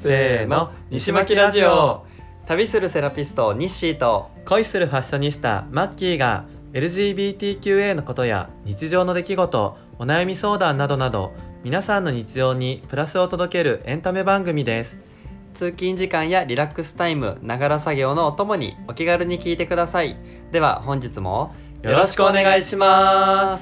せーの、西巻ラジオ。 旅するセラピストニッシーと恋するファッショニスタマッキーが LGBTQA のことや日常の出来事、お悩み相談などなど皆さんの日常にプラスを届けるエンタメ番組です。 通勤時間やリラックスタイム、ながら作業のお供にお気軽に聞いてください。では本日もよろしくお願いします。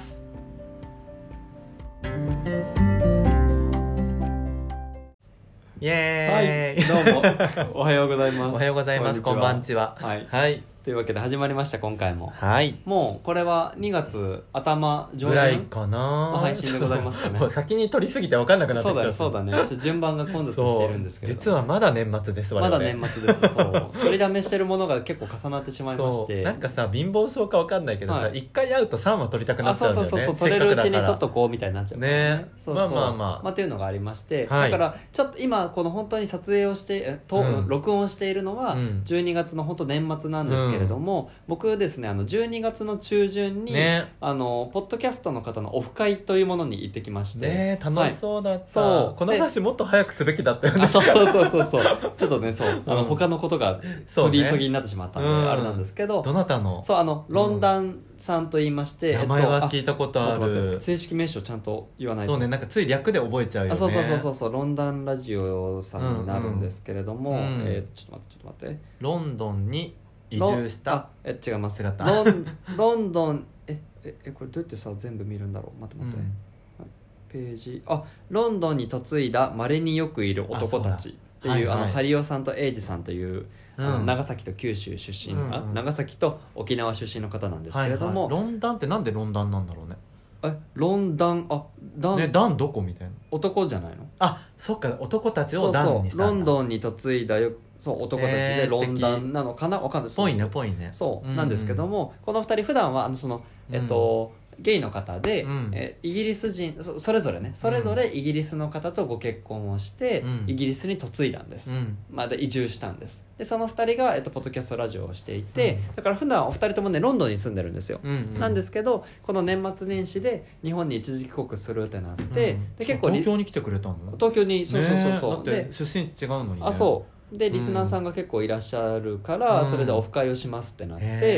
イエーイ、 どうもおはようございますおはようございます。こんばんちは。 はい、というわけで始まりました。今回ももうこれは2月頭上旬ぐらいかなの配信でございますかね。 先に撮りすぎて分かんなくなってきちゃった。 そうだね。ちょっと順番が混雑しているんですけど、 実はまだ年末です。 まだ年末です。そう取りだめしてるものが結構重なってしまいまして、 なんかさ、貧乏症か分かんないけどさ、1回会うと3話撮りたくなっちゃうんだよね。 そう取れるうちに撮っとこうみたいになっちゃうからね。まあっていうのがありまして、だからちょっと今この本当に撮影をして録音をしているのは12月の本当年末なんですけれども、僕ですね、12月の中旬に、ポッドキャストの方のオフ会というものに行ってきまして、 楽しそうだった。この話もっと早くすべきだったよね。 そうちょっとね、他のことが取り急ぎになってしまったんで、あれなんですけど、 どなたの？ ロンダンさんと言いまして、 名前は聞いたことある。 正式名称ちゃんと言わないと。 そうね、なんかつい略で覚えちゃうよね。 そうロンダンラジオさんになるんですけれども、ちょっと待って。 ロンドンに移住した。 違います。ロンドンこれどうやってさ全部見るんだろう。待って、ページ、ロンドンに嫁いだ稀によくいる男たちっていう、ハリオさんとエイジさんという、長崎と九州出身、長崎と沖縄出身の方なんですけれども、 ロンダンってなんでロンダンなんだろうね。 ロンダンダンどこみたいな。 男じゃないの？ そっか、男たちをダンにしたんだ。 ロンドンに嫁いだ男たちでロンダンなのかな、わかんない。 ぽいね。 そうなんですけども、この二人普段はゲイの方で、イギリス人それぞれイギリスの方とご結婚をして、イギリスに嫁いだんです。で移住したんです。でその二人が、ポッドキャストラジオをしていて、だから普段お二人ともねロンドンに住んでるんですよ。なんですけど、この年末年始で日本に一時帰国するってなって、で結構東京に来てくれたの？ 東京にそうだって出身地違うのにね。 でリスナーさんが結構いらっしゃるから、それでオフ会をしますってなって、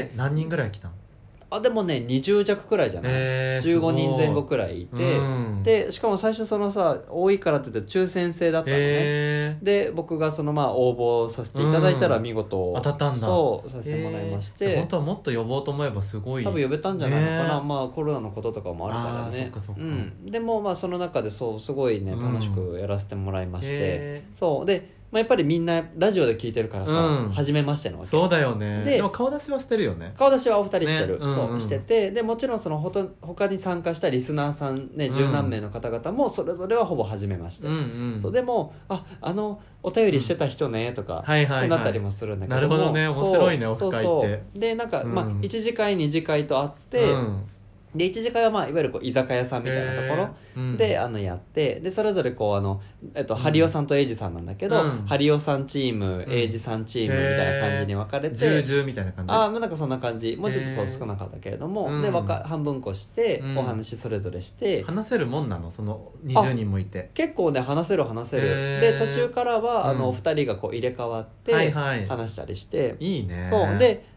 何人ぐらい来たの？ でもね20弱くらいじゃない、15人前後くらいいて、でしかも最初多いからって言って抽選制だったのね。で僕が応募させていただいたら見事、 当たったんだ。 そうさせてもらいまして、 本当はもっと呼ぼうと思えばすごい多分呼べたんじゃないのかな。コロナのこととかもあるからね。でもその中ですごいね楽しくやらせてもらいまして、でやっぱりみんなラジオで聞いてるからさ、初めましてのわけ。 そうだよね。でも顔出しはしてるよね。 顔出しはお二人してる、してて、でもちろん他に参加したリスナーさんね、十何名の方々もそれぞれはほぼ初めまして、でもお便りしてた人ねとかなったりもするんだけども、 なるほどね、面白いね、オフ会って。 でなんか1次会2次会とあって、で1次会はいわゆる居酒屋さんみたいなところでやって、でそれぞれハリオさんとエイジさんなんだけど、ハリオさんチーム、エイジさんチームみたいな感じに分かれて、 10みたいな感じ。 なんかそんな感じ、もうちょっと少なかったけれども、で半分こしてお話それぞれして、 話せるもんなの？その20人もいて結構ね話せる。で途中からは2人が入れ替わって話したりして、 いいね。 そうで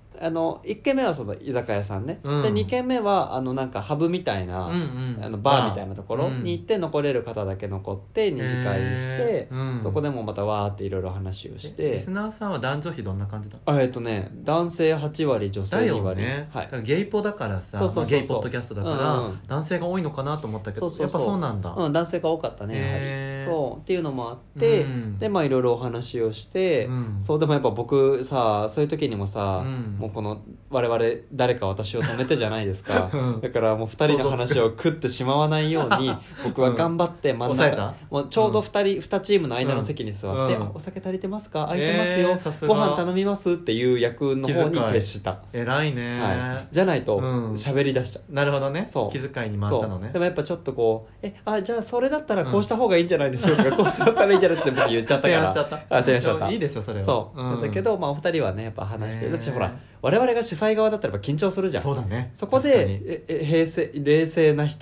1軒目はその居酒屋さんね、で2軒目はなんかハブみたいな、バーみたいなところに行って、残れる方だけ残って2次会にして、そこでもまたわーっていろいろ話をして。 リスナーさんは男女比どんな感じだ？ 男性8割女性2割だよね。ゲイポだからさ、ゲイポッドキャストだから男性が多いのかなと思ったけど、やっぱそうなんだ。 男性が多かったね、やはり。そうっていうのもあって、でいろいろお話をして、でもやっぱ僕さ、そういう時にもさ、もうこの我々誰か私を止めてじゃないですか、だからもう2人の話を食ってしまわないように僕は頑張って真ん中、もうちょうど2チームの間の席に座って、お酒足りてますか、空いてますよ、ご飯頼みますっていう役の方に徹した。 偉いね、 じゃないと喋り出しちゃう。 なるほどね、気遣いに回ったのね。 でもやっぱちょっとじゃあそれだったらこうした方がいいんじゃないですか、こうしたらいいんじゃないって僕言っちゃったから。提案しちゃった。 いいでしょそれは。 だけどお二人はねやっぱ話して、だってほら我々が主催側だったら緊張するじゃん。 そうだね。 そこで冷静な人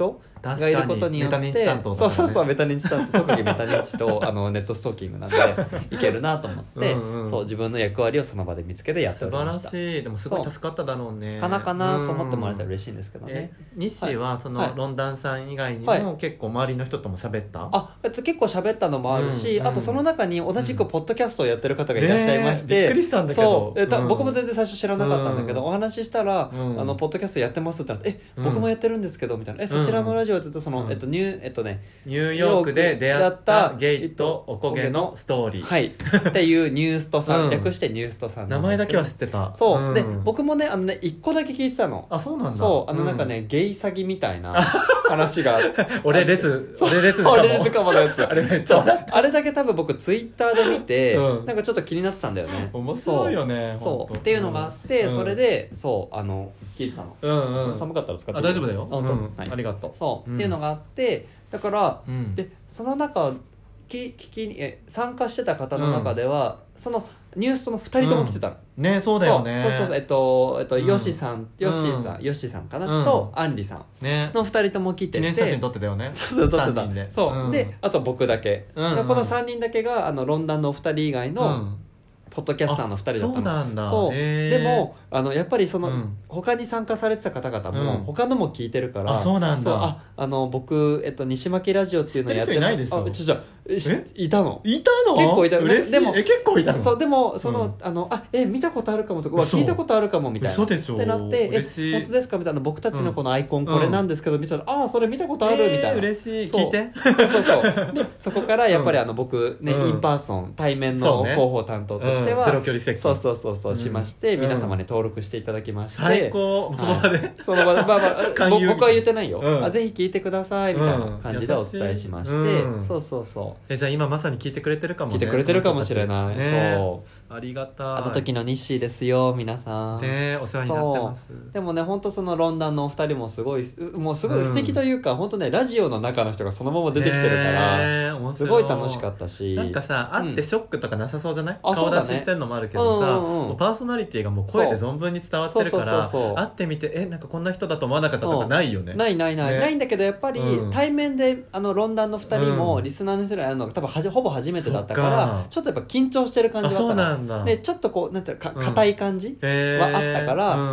がいることによってメタ認知担当だそうからねそうメタ認知担当特技メタ認知とネットストーキングなんでいけるなと思ってそう自分の役割をその場で見つけてやっておりました。 素晴らしい。でもすごい助かっただろうね。 かなそう思ってもらえたら嬉しいんですけどね。 日誌はそのロンダンさん以外にも結構周りの人とも喋った？ 結構喋ったのもあるし、あとその中に同じくポッドキャストをやってる方がいらっしゃいまして、 びっくりしたんだけど、 そう僕も全然最初知らなかったんだけど、お話ししたら、ポッドキャストやってますってなって僕もやってるんですけどみたいな、そちらのラジオって言うとその、ニューヨークで出会ったゲイとおこげのストーリー、 はいっていうニューストさん、略してニューストさん名前だけは知ってた。 そう、で僕もね1個だけ聞いてたの。 そうなんだ。 そうなんかね、ゲイ詐欺みたいな話が俺列かものやつあれだけ多分僕ツイッターで見て、なんかちょっと気になってたんだよね。 面白いよね。 そうっていうのがあって、それで聞いてたの。寒かったら使って大丈夫だよ。 ありがとう。 そうっていうのがあって、だからでその中参加してた方の中ではそのニュースとの2人とも来てたの。 ね、そうだよね。 そうヨシさんかなとアンリさんの2人とも来てて、 写真撮ってたよね。 撮ってた。そうであと僕だけ、この3人だけがロンダンの2人以外のポッドキャスターの2人だったの。 そうなんだ。 そうでもやっぱりその他に参加されてた方々も他のも聞いてるから、 そうなんだ。 僕西巻ラジオっていうのをやってる。 知ってる人いないでしょ。 いたの結構いた。 でも結構いたの。 そうでも見たことあるかもとか聞いたことあるかもみたいなってなって、本当ですかみたいな、僕たちのこのアイコンこれなんですけどみたいな、それ見たことあるみたいな。 嬉しい。聞いて。 そうでそこからやっぱり僕ね、インパーソン対面の広報担当としてはゼロ距離接近そうしまして、皆様に登録していただきまして、 最高。その場で僕は言ってないよ。ぜひ聞いてくださいみたいな感じでお伝えしまして、そうじゃあ今まさに聞いてくれてるかもね。 聞いてくれてるかもしれない。そうありがたい。 あの時の日誌ですよ皆さん。 ね、お世話になってます。 でもね、本当そのロンダンのお二人もすごい素敵というか、本当ねラジオの中の人がそのまま出てきてるから、すごい楽しかったし、 なんかさ、会ってショックとかなさそうじゃない？顔出ししてるのもあるけどさ、パーソナリティがもう声で存分に伝わってるから、会ってみてなんかこんな人だと思わなかったとかないよね。 ないんだけど、やっぱり対面でロンダンの二人もリスナーの人に会うのが多分ほぼ初めてだったから、ちょっとやっぱ緊張してる感じはあったな。でちょっとこうなんていうか硬い感じはあったから、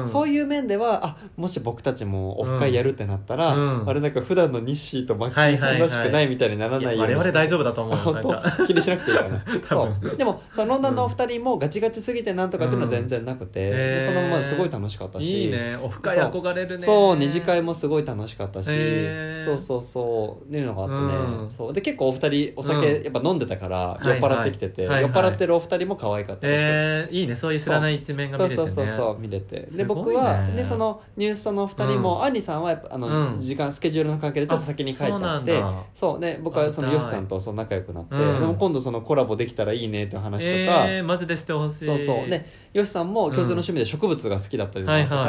そういう面ではもし僕たちもオフ会やるってなったら、あれなんか普段のニッシーとマッキーさんらしくないみたいにならないように、 我々大丈夫だと思う。 本当気にしなくていいかな。そうでもそのロンダンのお二人もガチガチすぎてなんとかっていうのは全然なくて、そのまますごい楽しかったし、 いいね、オフ会憧れるね。 そう二次会もすごい楽しかったし、そうっていうのがあってね、そうで結構お二人お酒やっぱ飲んでたから酔っ払ってきてて、酔っ払ってるお二人も可愛かったです。 いいね、そういう知らない一面が見れてね。 そう見れて、で僕はでそのニュースの2人も、アンリさんはやっぱ時間スケジュールの関係でちょっと先に帰っちゃって、そうで僕はそのヨシさんと仲良くなって、でも今度そのコラボできたらいいねっていう話とか、 マジでしてほしい。 そうでヨシさんも共通の趣味で植物が好きだったりとかから、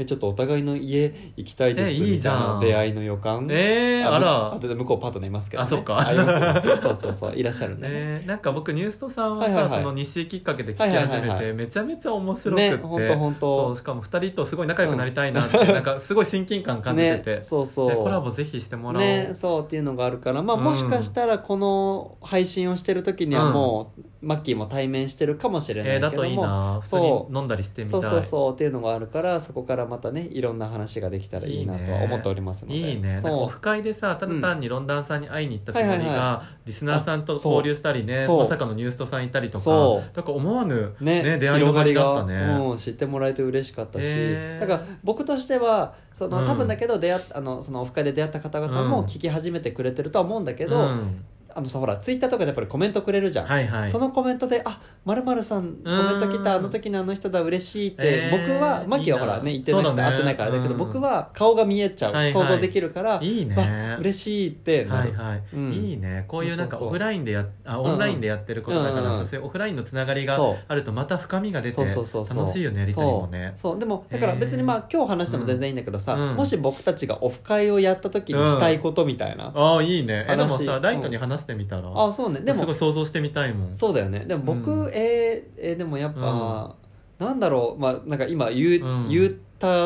ちょっとお互いの家行きたいですみたいな出会いの予感。あとで向こうパートナーいますけどね。 そっか。 そういらっしゃるんでね。 なんか僕ニュースとさんはさ、その日誌きっかけで聞き始めてめちゃめちゃ面白くて、 本当しかも2人とすごい仲良くなりたいなって、なんかすごい親近感感じてて、コラボぜひしてもらおう。 そうっていうのがあるから、もしかしたらこの配信をしてる時にはもうマッキーも対面してるかもしれないけども、 だといいな、普通に飲んだりしてみたい。 そうっていうのがあるから、そこからまたねいろんな話ができたらいいなとは思っておりますので。 いいね。オフ会でさ、ただ単にロンダンさんに会いに行ったつもりがリスナーさんと交流したりね、まさかのニューストさんいたりとか、だから思わぬ出会いの場になったね。 知ってもらえて嬉しかったし、だから僕としては多分だけどそのオフ会で出会った方々も聞き始めてくれてるとは思うんだけど、ほらツイッターとかでやっぱりコメントくれるじゃん、そのコメントで〇〇さんコメント来た、あの時のあの人だ嬉しいって、僕はマキはほらね言ってなくて会ってないからだけど、僕は顔が見えちゃう、想像できるから、 いいね、 嬉しいってなる。 いいね、こういうなんかオンラインでやってることだから、そしてオフラインのつながりがあるとまた深みが出て楽しいよね、やりたいもんね。 でもだから別に今日話しても全然いいんだけどさ、もし僕たちがオフ会をやった時にしたいことみたいな、 いいね。でもさライトに話してみたら、 そうね、でもすごい想像してみたいもん。 そうだよね。でも僕、でもやっぱ、なんだろう、なんか今言った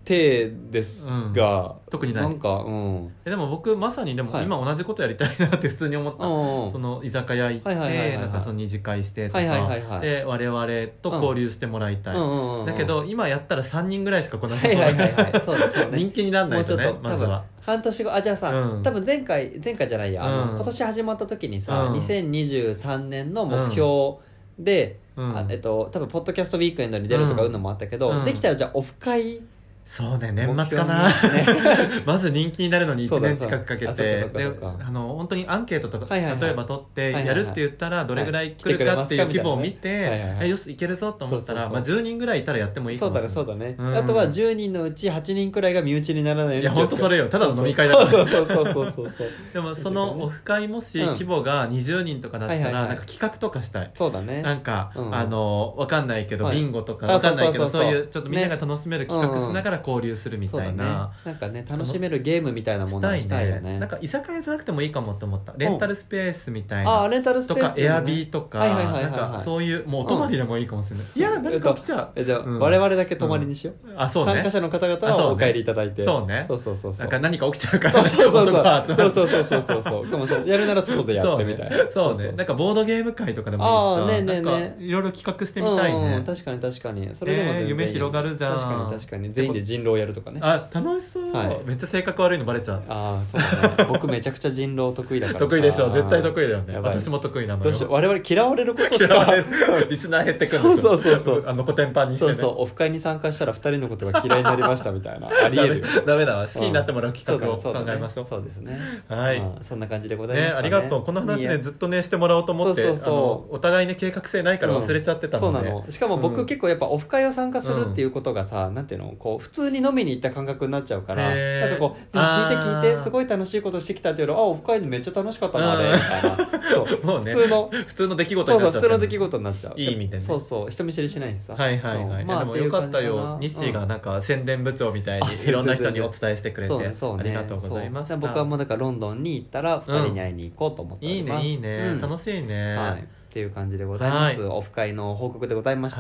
体ですが、 特にないなんか、 でも僕まさにでも今同じことやりたいなって普通に思った、その居酒屋行ってなんかその二次会してとかで我々と交流してもらいたい、だけど今やったら3人ぐらいしか来ない、 そうですよね、 人気にならないとね、まずは半年後じゃあさ、多分前回じゃないや、今年始まった時にさ、2023年の目標で、多分ポッドキャストウィークエンドに出るとかいうのもあったけど、できたらじゃあオフ会、 そうね、年末かな、まず人気になるのに1年近くかけて、本当にアンケートとか例えば取ってやるって言ったらどれぐらい来るかっていう規模を見て、よしいけるぞと思ったら10人ぐらいいたらやってもいいかもしれない。 そうだね、あとは10人のうち8人くらいが身内にならないように。 いや本当それよ、ただの飲み会だから。 そうでもそのオフ会もし規模が20人とかだったらなんか企画とかしたい。 そうだね、 なんかわかんないけどビンゴとかわかんないけど、そういうちょっとみんなが楽しめる企画しながら交流するみたいな、 なんかね楽しめるゲームみたいなものをしたいよね。 なんか居酒屋じゃなくてもいいかもって思った。レンタルスペースみたいな、 レンタルスペースとかエアビーとか、なんかそういうもうお泊まりでもいいかもしれない。いやなんか来ちゃう。 じゃあ我々だけ泊まりにしよう。参加者の方々はお帰りいただいて。 そうね。 そうなんか何か起きちゃうから。 そうかもしれない。やるなら外でやってみたいな。 そうね。なんかボードゲーム会とかでもいいしさ、なんかいろいろ企画してみたいね。 確かにそれでも夢広がるじゃん。 確かに全員で人狼やるとかね。 楽しそう。めっちゃ性格悪いのバレちゃう。 そうだね。僕めちゃくちゃ人狼得意だからさ。 得意でしょ、絶対得意だよね。私も得意なのよ。 我々嫌われることしかリスナー減ってくるんですよ。そうコテンパンにしてね。 オフ会に参加したら2人のことが嫌いになりましたみたいなありえるよ。 ダメだわ、好きになってもらう企画を考えましょう。 そうですね。 はい、 そんな感じでございます。 ありがとう。この話ねずっとねしてもらおうと思って、お互いね計画性ないから忘れちゃってたので。そうなの。 しかも僕結構やっぱオフ会を参加するっていうことがさ、なんていうの、こう普通に飲みに行った感覚になっちゃうから、なんかこう聞いてすごい楽しいことしてきたっていうの、オフ会でめっちゃ楽しかったなあれみたいな。もうね、普通の出来事になっちゃう。普通の出来事になっちゃう。いい意味でね。人見知りしないしさ。 でもよかったよ。日誌がなんか宣伝部長みたいにいろんな人にお伝えしてくれてありがとうございました。 僕はもうだからロンドンに行ったら2人に会いに行こうと思っております。 いいね、楽しいね。 っていう感じでございます。オフ会の報告でございました。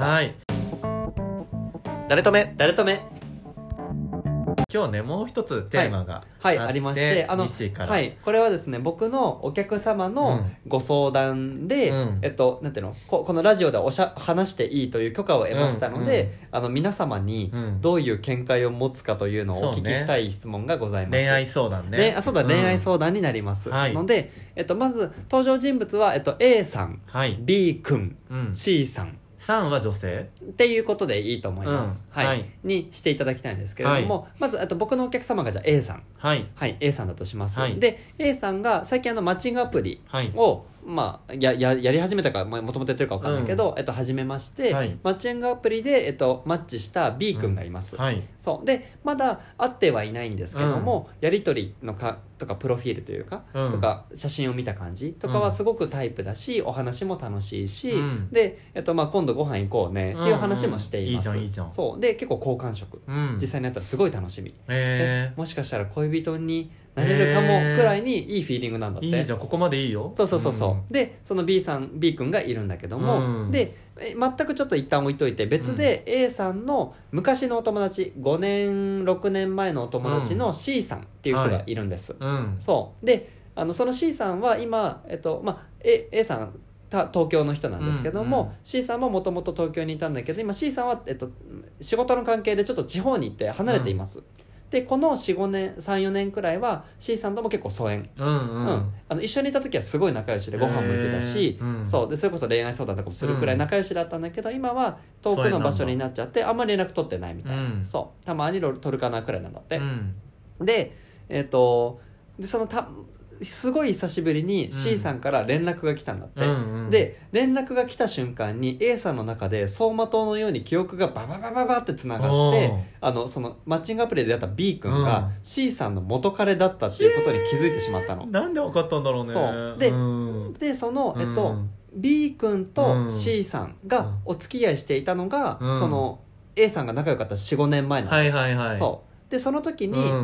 誰とめ今日ねもう一つテーマがありまして、これはですね僕のお客様のご相談で、なんていうの、このラジオで話していいという許可を得ましたので、皆様にどういう見解を持つかというのをお聞きしたい質問がございます。 恋愛相談ね。 そうだ、恋愛相談になりますので、まず登場人物はA さん、B 君、C さん。 3は女性っていうことでいいと思います、にしていただきたいんですけれども、まず僕のお客様がじゃあ A さん、A さんだとします、で A さんが最近マッチングアプリを、やり始めたかもともとやってるか分かんないけど、始めまして、マッチングアプリで、マッチした B 君がいます、そうでまだ会ってはいないんですけども、やり取りのとかプロフィールというか、とか写真を見た感じとかはすごくタイプだし、お話も楽しいし、で、今度ご飯行こうねっていう話もしています。 いいじゃん。 そうで結構好感触、実際に会ったらすごい楽しみ、もしかしたら恋人になれるかもくらいにいいフィーリングなんだって。 いいじゃん、ここまでいいよ。 そうでその B 君がいるんだけども、で全くちょっと一旦置いといて別で A さんの昔のお友達、5年6年前のお友達の C さんっていう人がいるんです、そうでその C さんは今A さん東京の人なんですけども、C さんももともと東京にいたんだけど今 C さんは、仕事の関係でちょっと地方に行って離れています、でこの 4,5 年くらいは C さんとも結構疎遠、一緒にいた時はすごい仲良しでご飯も行ってたし、そうでそれこそ恋愛相談とかもするくらい仲良しだったんだけど、今は遠くの場所になっちゃってあんまり連絡取ってないみたいな、そうたまに取るかなくらいなんだって、ででそのすごい久しぶりに C さんから連絡が来たんだって、で連絡が来た瞬間に A さんの中で走馬灯のように記憶がバババババってつながって、そのマッチングアプリで出会った B 君が C さんの元彼だったっていうことに気づいてしまったの。 なんで分かったんだろうね。 そうでそのB 君と C さんがお付き合いしていたのが、その A さんが仲良かった 4,5 年前なの。そうでその時に、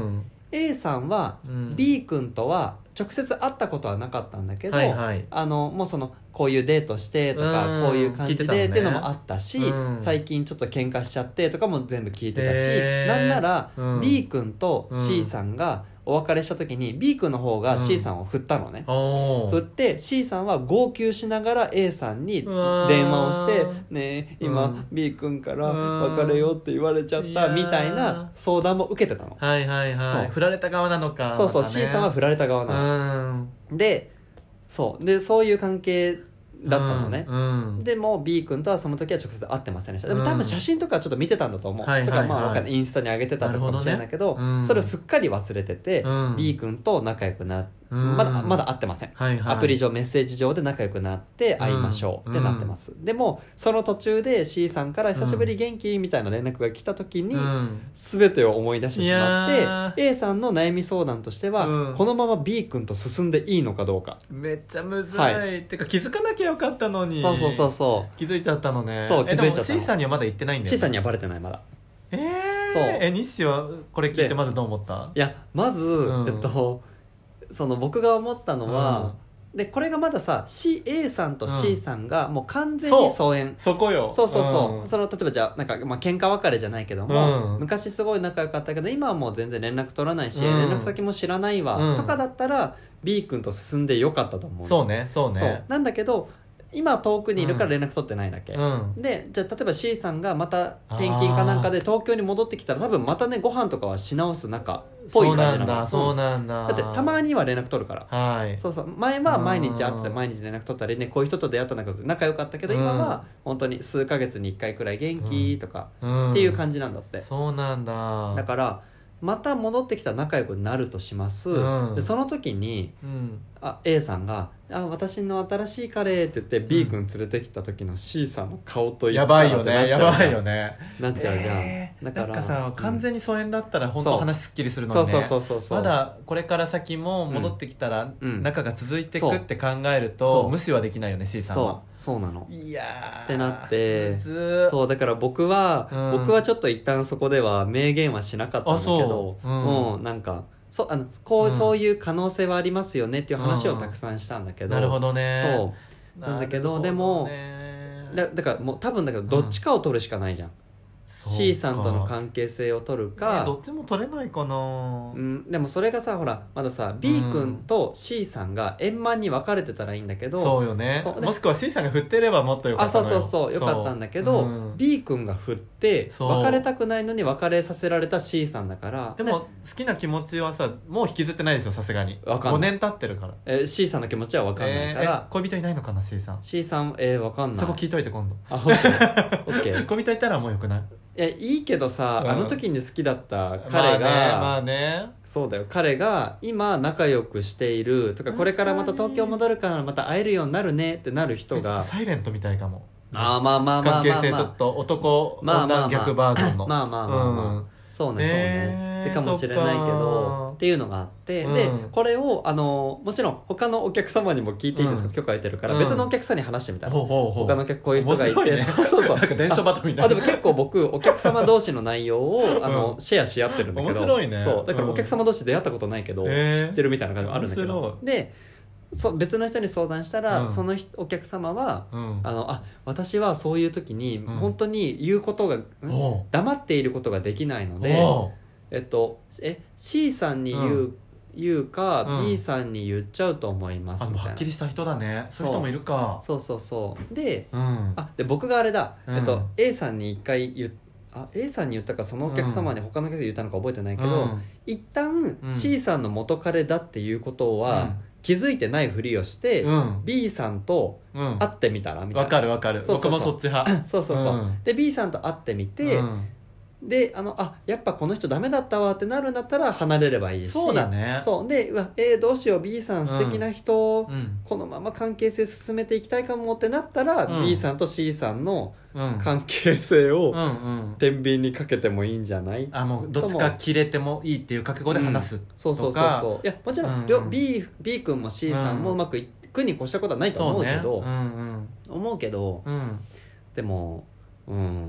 A さんは B 君とは直接会ったことはなかったんだけど、もうそのこういうデートしてとか、こういう感じでっていうのもあったし、最近ちょっと喧嘩しちゃってとかも全部聞いてたし、なんなら B 君と C さんがお別れした時に B 君の方が C さんを振ったのね、振って C さんは号泣しながら A さんに電話をして「ねえ今 B 君から別れようって言われちゃった」みたいな相談も受けてたの。 そう振られた側なのか。 そうそう、C さんは振られた側なの。でそういう関係だったのね、でも B 君とはその時は直接会ってませんでした。でも多分写真とかちょっと見てたんだと思う、とかまあインスタに上げてたとかもしれないけど、それをすっかり忘れてて、B 君と仲良くなって、まだ会ってません、アプリ上メッセージ上で仲良くなって会いましょうってなってます、でもその途中で C さんから久しぶり元気みたいな連絡が来た時に、全てを思い出してしまって、A さんの悩み相談としては、このまま B 君と進んでいいのかどうか。 めっちゃむずい、てか気づかなきゃよかったのに。 そう気づいちゃったのね。 そう気づいちゃったの。 でも C さんにはまだ言ってないんだよね。 C さんにはバレてないまだ。 そう西はこれ聞いてまずどう思った？ いやまず、その僕が思ったのは、でこれがまださ A さんと C さんがもう完全に疎遠、 そこよ。 その例えばじゃあなんかまあ喧嘩別れじゃないけども、昔すごい仲良かったけど今はもう全然連絡取らないし、連絡先も知らないわ、とかだったら B 君と進んでよかったと思う。 そうねなんだけど今遠くにいるから連絡取ってないだけ、でじゃあ例えば C さんがまた転勤かなんかで東京に戻ってきたら多分またねご飯とかはし直す仲っぽい感じなの。 そうなんだ、 だってたまには連絡取るから、前は毎日会ってて毎日連絡取ったりね、こういう人と出会った仲良かったけど、今は本当に数ヶ月に1回くらい元気とかっていう感じなんだって。 そうなんだ。 だからまた戻ってきたら仲良くなるとします、でその時に、A さんが「私の新しい彼」って言って B 君連れてきた時の C さんの顔とやばいよねなっちゃうじゃん、だからなんかさ完全に疎遠だったら本当話すっきりするのにね、まだこれから先も戻ってきたら仲が続いていくって考えると無視はできないよね C さんは。 そうなの。 いやってなって、そうだから僕はちょっと一旦そこでは明言はしなかったんだけど、なんかそういう可能性はありますよねっていう話をたくさんしたんだけど、 なるほどね。 そうなんだけど、でもだからもう多分だけどどっちかを取るしかないじゃん、C さんとの関係性を取るか、 どっちも取れないかな、 でもそれがさほらまださ B 君と C さんが円満に分かれてたらいいんだけど、 そうよね。もしくは C さんが振ってればもっとよかったのよ。 そうよかったんだけど、B 君が振って別れたくないのに別れさせられた C さんだから。 でも好きな気持ちはさもう引きずってないでしょ、さすがに。5年経ってるから。 C さんの気持ちは分かんないから。 恋人いないのかな C さん。 C さん分かんない。 そこ聞いといて今度。 OK 恋人いたらもうよくない？ いいけどさ、あの時に好きだった彼が、 まあねそうだよ、彼が今仲良くしているとか、これからまた東京戻るからまた会えるようになるねってなる人が、 サイレントみたいかも。 関係性ちょっと男女逆バージョンの。 そうねってかもしれないけどっていうのがあって、でこれをもちろん他のお客様にも聞いていいですか、許可空いてるから別のお客さんに話してみたら、他のお客こういう人がいて、 そう電車バトみたいな。 でも結構僕お客様同士の内容をシェアし合ってるんだけど、 面白いね。 そうだからお客様同士出会ったことないけど知ってるみたいな感じもあるんだけど、で別の人に相談したら、そのお客様は、私はそういう時に本当に言うことが、黙っていることができないので、C さんに言うか、B さんに言っちゃうと思いますみたいな。 はっきりした人だね。そういう人もいるか。 そうで、で僕があれだ、A さんに一回A さんに言ったかそのお客様に他のお客様に言ったのか覚えてないけど、一旦 C さんの元彼だっていうことは、気づいてないふりをして、B さんと会ってみたらみたいな。 わかる僕もそっち派。 そうで B さんと会ってみて、でやっぱこの人ダメだったわってなるんだったら離れればいいし、 そうだね。 そうでどうしよう B さん素敵な人、このまま関係性進めていきたいかもってなったら、B さんと C さんの関係性を天秤にかけてもいいんじゃない？ もうどっちか切れてもいいっていう覚悟で話すとか。 いやもちろん、B 君も C さんもうまくいくに越したことはないと思うけど、でも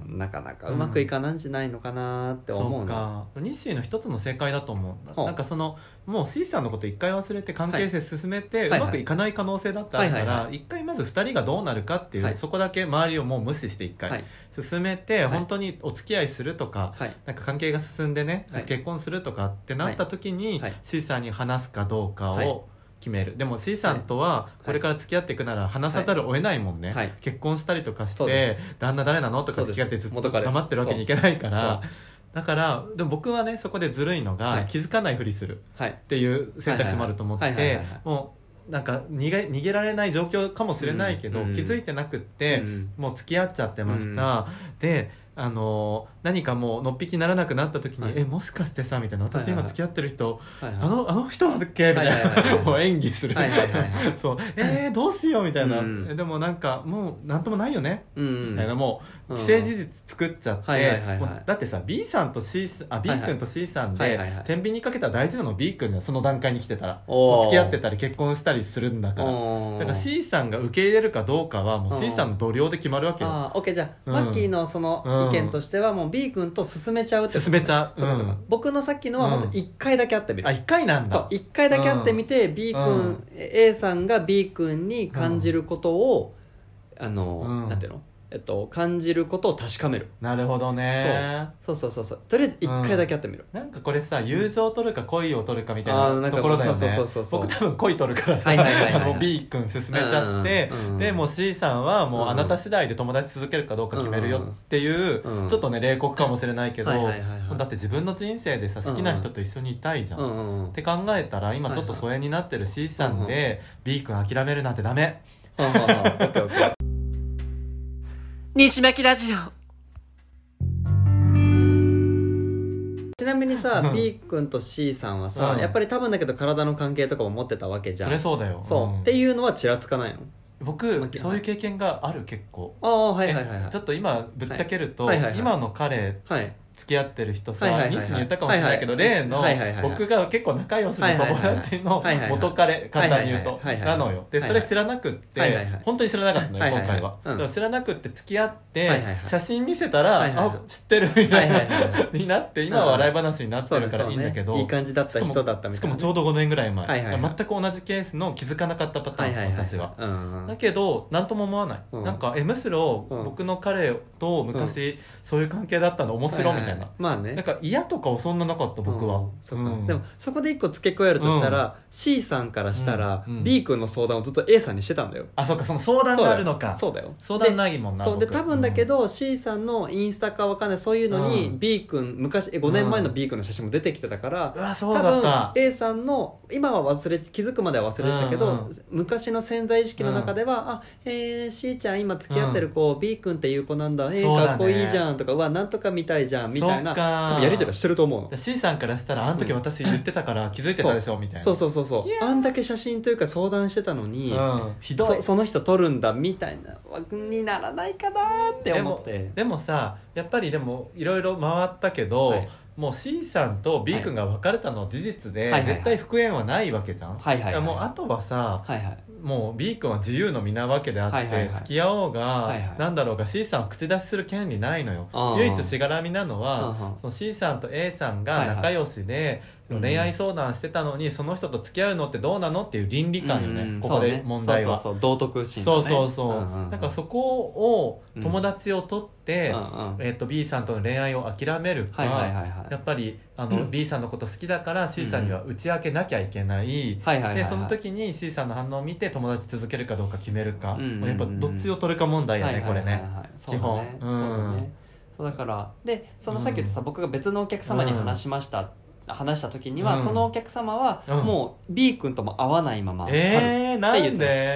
なかなかうまくいかないんじゃないのかなって思うの、 そうか、日誌の一つの正解だと思う。なんかそのもう C さんのこと一回忘れて関係性進めて、うまくいかない可能性だってあるから、一回まず2人がどうなるかっていう、そこだけ周りをもう無視して一回進めて、本当にお付き合いするとか、なんか関係が進んでね、結婚するとかってなった時に、C さんに話すかどうかを決める。でも C さんとはこれから付き合っていくなら話さざるを得ないもんね、結婚したりとかして旦那誰なのとか聞かれてずっと黙ってるわけにいけないから、だからでも僕はねそこでずるいのが、気づかないふりするっていう選択肢もあると思って、もうなんか逃げられない状況かもしれないけど、気づいてなくって、もう付き合っちゃってました、で何かもうのっぴきならなくなった時に、もしかしてさみたいな、私今付き合ってる人、あの人だっけみたいな、もう演技する、そうどうしようみたいな、でもなんかもうなんともないよね、みたいな、もう既成事実作っちゃって、だってさ B さんと B 君と C さんで天秤にかけたら大事なの B 君がその段階に来てたら、付き合ってたり結婚したりするんだから、だから C さんが受け入れるかどうかはもう C さんの度量で決まるわけよ。 OK、じゃあ、マッキーのその意見としてはもう B 君と進めちゃうってこと、 進めちゃう、 僕のさっきのは本当1回だけ会ってみる、 1回なんだ、 そう1回だけ会ってみて、B 君、A さんが B 君に感じることを、なんていうの、感じることを確かめる。 なるほどね。 そうとりあえず1回だけやってみる、 なんかこれさ、友情を取るか恋を取るかみたいなところだよね。僕多分恋取るからさ、B 君進めちゃって、でもう C さんはもうあなた次第で友達続けるかどうか決めるよっていう、ちょっとね冷酷かもしれないけど、だって自分の人生でさ好きな人と一緒にいたいじゃん、って考えたら今ちょっと疎遠になってる C さんで B 君諦めるなんてダメ。 西巻ラジオ。ちなみにさ、B 君と C さんはさ、やっぱり多分だけど体の関係とかも持ってたわけじゃん。 それそうだよ。 そう、っていうのはちらつかないの？ 僕そういう経験がある、結構。ちょっと今ぶっちゃけると、今の彼付き合ってる人さ、ニスに言ったかもしれないけど、例の僕が結構仲良しの友達の元彼、簡単に言うとなのよ。でそれ知らなくって本当に知らなかったのよ今回は。だから知らなくって付き合って写真見せたらあ知ってるみたいなになって、今は笑い話になってるからいいんだけど、 いい感じだった人だったみたいな。 しかもちょうど5年ぐらい前、全く同じケースの気づかなかったパターン、私は。だけど何とも思わない。なんかむしろ僕の彼と昔そういう関係だったの面白いみたいな。 まあね、 なんか嫌とかはそんななかった僕は。 でもそこで一個付け加えるとしたら、C さんからしたら B 君の相談をずっと A さんにしてたんだよ。 あ、そうか、その相談があるのか。 そうだよ、 相談ないもんな。 そうで多分だけど C さんのインスタかわかんない、そういうのに B 君昔5年前の B 君の写真も出てきてたから、多分 A さんの今は気づくまでは忘れてたけど、昔の潜在意識の中ではC ちゃん今付き合ってる子 B 君っていう子なんだ、かっこいいじゃんとか、うわなんとかみたいじゃんみたいな、多分やり取りはしてると思うの。 C さんからしたらあの時私言ってたから気づいてたでしょみたいな。 そうあんだけ写真というか相談してたのに、ひどい その人撮るんだみたいなにならないかなって思って。 でもさ、やっぱりでもいろいろ回ったけど、もう C さんと B 君が別れたの事実で絶対復縁はないわけじゃん。もうあとはさ、もう B 君は自由の身なわけであって、付き合おうがなんだろうが C さんは口出しする権利ないのよ。唯一しがらみなのはその C さんと A さんが仲良しで恋愛相談してたのに、その人と付き合うのってどうなのっていう倫理観よね、ここで問題は。 道徳心だね。 だからそこを友達を取って、B さんとの恋愛を諦めるか、やっぱりB さんのこと好きだから C さんには打ち明けなきゃいけない、でその時に C さんの反応を見て友達続けるかどうか決めるか、やっぱどっちを取るか問題やね、これね、基本。 そうだからでそのさっき言ったさ、僕が別のお客様に話した時には、そのお客様はもう B 君とも会わないまま去るって言って、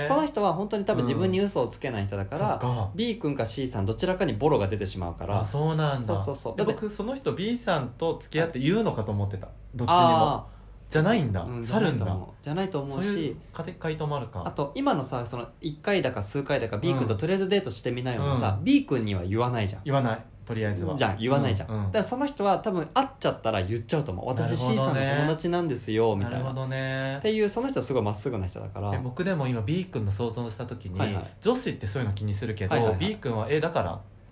その人は本当に多分自分に嘘をつけない人だから、B 君か C さんどちらかにボロが出てしまうから。 そうなんだ。僕その人 B さんと付き合って言うのかと思ってた、どっちにも。じゃないんだ、去るんだ。 じゃないと思うし、そういう回答もあるか。 あと今のさ、その1回だか数回だか B 君ととりあえずデートしてみなよもさ、B 君には言わないじゃん。 言わない、とりあえずはじゃん、言わないじゃん、だからその人は多分会っちゃったら言っちゃうと思う。私 C さんの友達なんですよみたいな。 なるほどね。 っていう、その人はすごいまっすぐな人だから。 僕でも今 B 君の想像した時に、女子ってそういうの気にするけど B 君はだからっ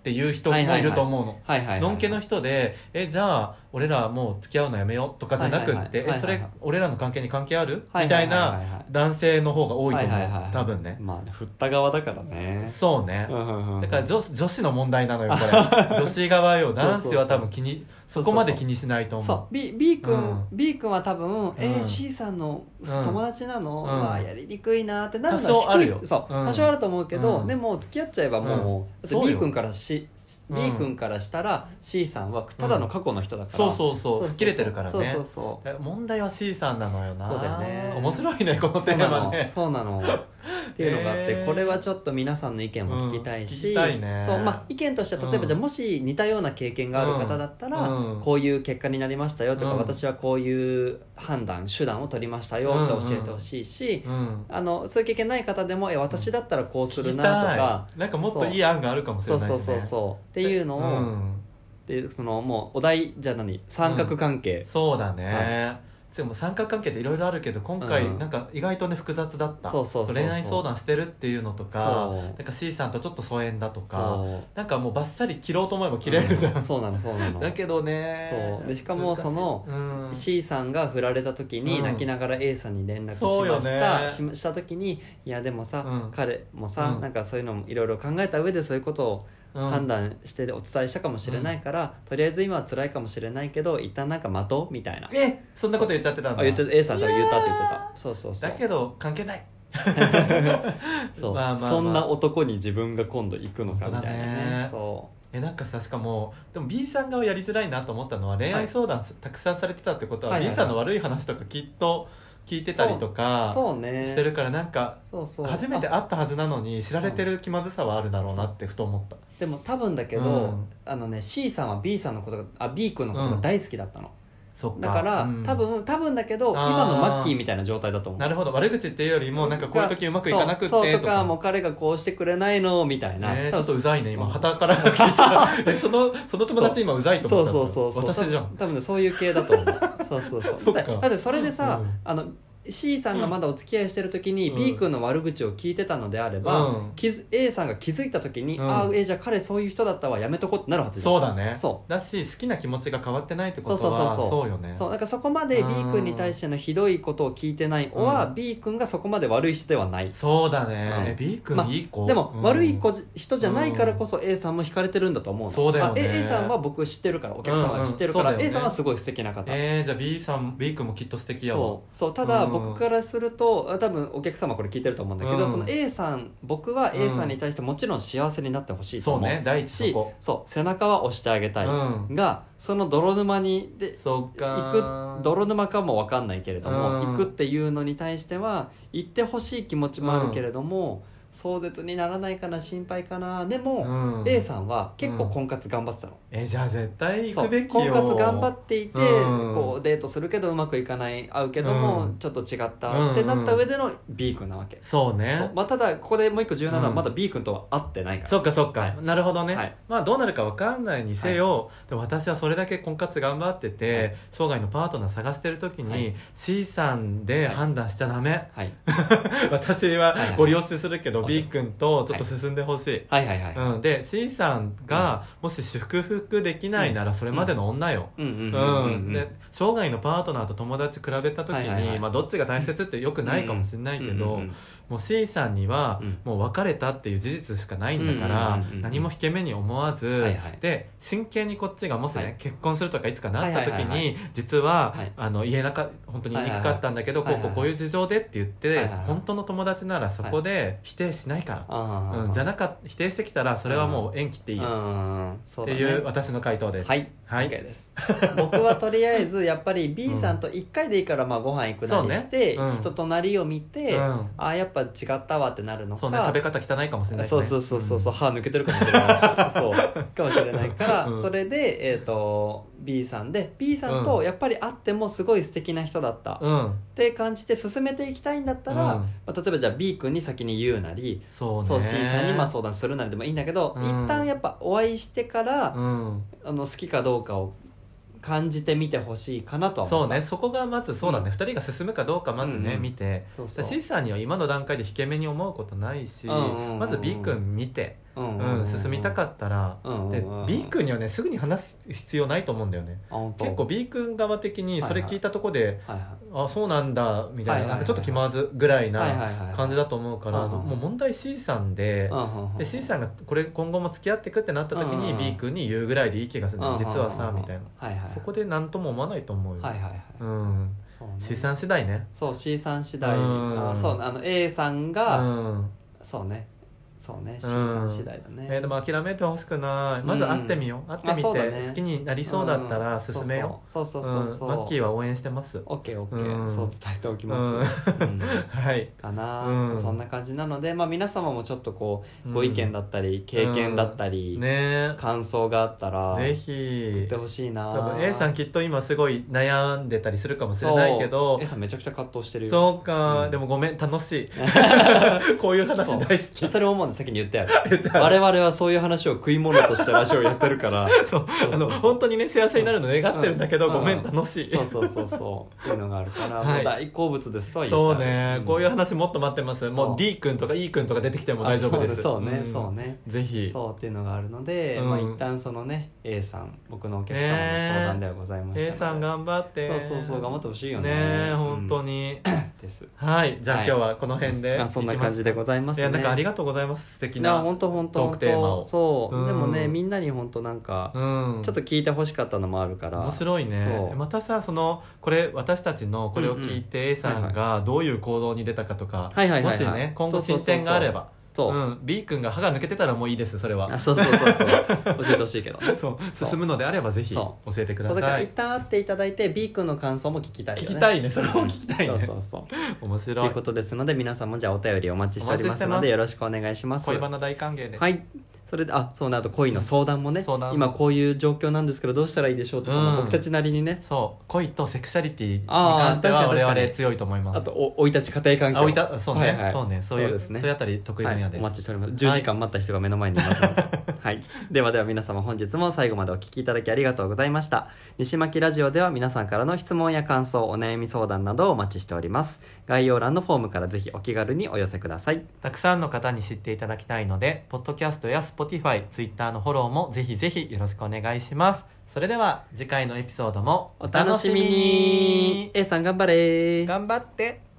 っていう人もいると思うの。のんけの人でじゃあ俺らもう付き合うのやめようとかじゃなくってそれ俺らの関係に関係あるみたいな男性の方が多いと思う、多分ね。 まあね、振った側だからね。 そうね。だから女子の問題なのよこれ。女子側よ。男子は多分そこまで気にしないと思う。 そう B 君は多分C さんの友達なのはやりにくいなってなるのは低い。そう多少あると思うけど、でも付き合っちゃえばもう、だって B 君からしたら C さんはただの過去の人だから、 そう吹っ切れてるからね。問題は C さんなのよな。 そうだよね。 面白いねこのテーマね。 そうなのっていうのがあって、これはちょっと皆さんの意見も聞きたいし、そうまあ意見としては例えばじゃあもし似たような経験がある方だったら、こういう結果になりましたよとか、私はこういう手段を取りましたよって教えてほしいし、そういう経験ない方でも私だったらこうするなとか、 なんかもっといい案があるかもしれないですね。 そうっていうのを、でそのもうお題じゃ三角関係、 そうだね。三角関係っていろいろあるけど今回なんか意外とね複雑だった。恋愛相談してるっていうのとか、なんか C さんとちょっと疎遠だとか、なんかもうバッサリ切ろうと思えば切れるじゃん。 そうなのだけどね、 そうでしかもその C さんが振られた時に泣きながら A さんに連絡した時に、いやでもさ、彼もさ、なんかそういうのもいろいろ考えた上でそういうことを判断してお伝えしたかもしれないから、とりあえず今は辛いかもしれないけど一旦なんか待とうみたいな。 そんなこと言っちゃってたんだ。 A さんから言ったって言ってた。そうだけど関係ない。 そうそんな男に自分が今度行くのかみたいなね。そうなんかさ、しかもでも B さん側やりづらいなと思ったのは、恋愛相談たくさんされてたってことは B さんの悪い話とかきっと聞いてたりとかしてるから、なんか初めて会ったはずなのに知られてる気まずさはあるだろうなってふと思った。 でも多分だけど、C さんは B さんのことがB 君のことが大好きだったの。だから多分だけど今のマッキーみたいな状態だと思う。 なるほど。悪口っていうよりもなんかこういう時うまくいかなくってとか、もう彼がこうしてくれないのみたいな、 ちょっとうざいね今旗から聞いたらその友達今うざいと思った。そう私じゃん。 多分ねそういう系だと思う。そうだってそれでさ、C さんがまだお付き合いしてる時に B 君の悪口を聞いてたのであれば、A さんが気づいた時に、じゃあ彼そういう人だったわやめとこうってなるはずそうだね。だし好きな気持ちが変わってないってことはそうよね。 だからそこまで B 君に対してのひどいことを聞いてないおは、B 君がそこまで悪い人ではない。 そうだね。B 君いい子。 でも悪い人じゃないからこそ A さんも惹かれてるんだと思うの。 そうだよね。 A さんは僕知ってるから、お客様が知ってるから、A さんはすごい素敵な方。 じゃあ B 君もきっと素敵やわ。 そうただ僕からすると多分お客様これ聞いてると思うんだけど、その A さん、僕は A さんに対してもちろん幸せになってほしいと思う。 そうね、第一そこ。 そう背中は押してあげたい、がその泥沼に行く、泥沼かも分かんないけれども、行くっていうのに対しては行ってほしい気持ちもあるけれども、壮絶にならないかな、心配かな。でも、A さんは結構婚活頑張ってたの。 じゃあ絶対行くべきよ。 婚活頑張っていて、こうデートするけどうまくいかない、会うけども、ちょっと違った、ってなった上での B 君なわけ。 そうね。 ただここでもう一個重要なのは、まだ B 君とは会ってないから。 そっか、なるほどね。どうなるか分かんないにせよ、でも私はそれだけ婚活頑張ってて、生涯のパートナー探してる時に C さんで判断しちゃダメ。私はご利用するけどB 君とちょっと進んでほしい。で C さんがもし祝福できないならそれまでの女よ。で生涯のパートナーと友達比べた時にどっちが大切ってよくないかもしれないけど、もう C さんにはもう別れたっていう事実しかないんだから、何も引け目に思わず、で真剣にこっちがもしね、結婚するとかいつかなった時に、実は本当に言いにくかったんだけど、こういう事情でって言って、本当の友達ならそこで否定しないから、じゃなか否定してきたらそれはもう縁切っていいよっていう私の回答です。 はい、OK です。僕はとりあえずやっぱり B さんと1回でいいからご飯行くなりして、人となりを見て、やっぱ違ったわってなるのか。 そうね、食べ方汚いかもしれないしね。 そう歯抜けてるかもしれないしそうかもしれないから、それでB さんで B さんとやっぱり会ってもすごい素敵な人だった、って感じて進めていきたいんだったら、例えばじゃあ B 君に先に言うなり、C さんに相談するなりでもいいんだけど、一旦やっぱお会いしてから、好きかどうかを感じてみてほしいかなとは思った。 そうね、そこがまずそうだね、2人が進むかどうかまずね、見て、C さんには今の段階で引け目に思うことないし、まず B 君見て、 進みたかったら、で B 君にはねすぐに話す必要ないと思うんだよね。結構 B 君側的にそれ聞いたとこで、あそうなんだみたいな、なんかちょっと気まずぐらいな感じだと思うから、もう問題 C さんで、C さんがこれ今後も付き合ってくってなった時に B 君に言うぐらいでいい気がする、実はさみたいな、そこで何とも思わないと思うよ。C さん次第ね。 そう C さん次第、A さんが、そうねC さん次第だね。 でも諦めてほしくない。まず会ってみよう。会ってみて好きになりそうだったら進めよう。マッキーは応援してます。 オッケー、そう伝えておきます。 はいかな、そんな感じなので、皆様もちょっとこうご意見だったり経験だったり感想があったらぜひ言ってほしいな。 多分 A さんきっと今すごい悩んでたりするかもしれないけど、 A さんめちゃくちゃ葛藤してるよ。 そうか、でもごめん、楽しい。こういう話大好き。 それ思うんで先に言ってある。我々はそういう話を食い物としてラジオやってるから本当にね幸せになるの願ってるんだけど、ごめん楽しい。 そうっていうのがあるから、もう大好物ですとは言ってある。 そうね、こういう話もっと待ってます。もう D 君とか E 君とか出てきても大丈夫です。 そうねぜひそうっていうのがあるので、一旦そのね A さん、僕のお客様の相談ではございましたので、 A さん頑張って。 そう頑張ってほしいよね。 本当にです。 はい、じゃあ今日はこの辺でそんな感じでございますね。 なんかありがとうございます。素敵な本当トークテーマを。 そうでもね、みんなに本当なんかちょっと聞いてほしかったのもあるから面白いね。またさ、これ私たちのこれを聞いて A さんがどういう行動に出たかとか、もしね今後進展があれば、B 君が歯が抜けてたらもういいです。それはそう教えてほしいけど進むのであればぜひ教えてください。 だから一旦会っていただいて B 君の感想も聞きたいよね。 聞きたいね、それも聞きたいね。面白いということですので、皆さんもじゃあお便りお待ちしておりますのでよろしくお願いします。 恋バナ大歓迎です。 はい、それであと恋の相談もね、今こういう状況なんですけどどうしたらいいでしょうとか、僕たちなりにね、 恋とセクシャリティに関しては我々強いと思います。 あと生い立ち家庭環境、 そうね、そういうあたり得意分野です。 お待ちしております。10時間待った人が目の前にいますのではい、では皆様本日も最後までお聞きいただきありがとうございました。西巻ラジオでは皆さんからの質問や感想、お悩み相談などをお待ちしております。概要欄のフォームからぜひお気軽にお寄せください。 たくさんの方に知っていただきたいので、ポッドキャストや Spotify、Twitter のフォローもぜひぜひよろしくお願いします。それでは次回のエピソードもお楽しみに。 A さん頑張れ。 頑張って。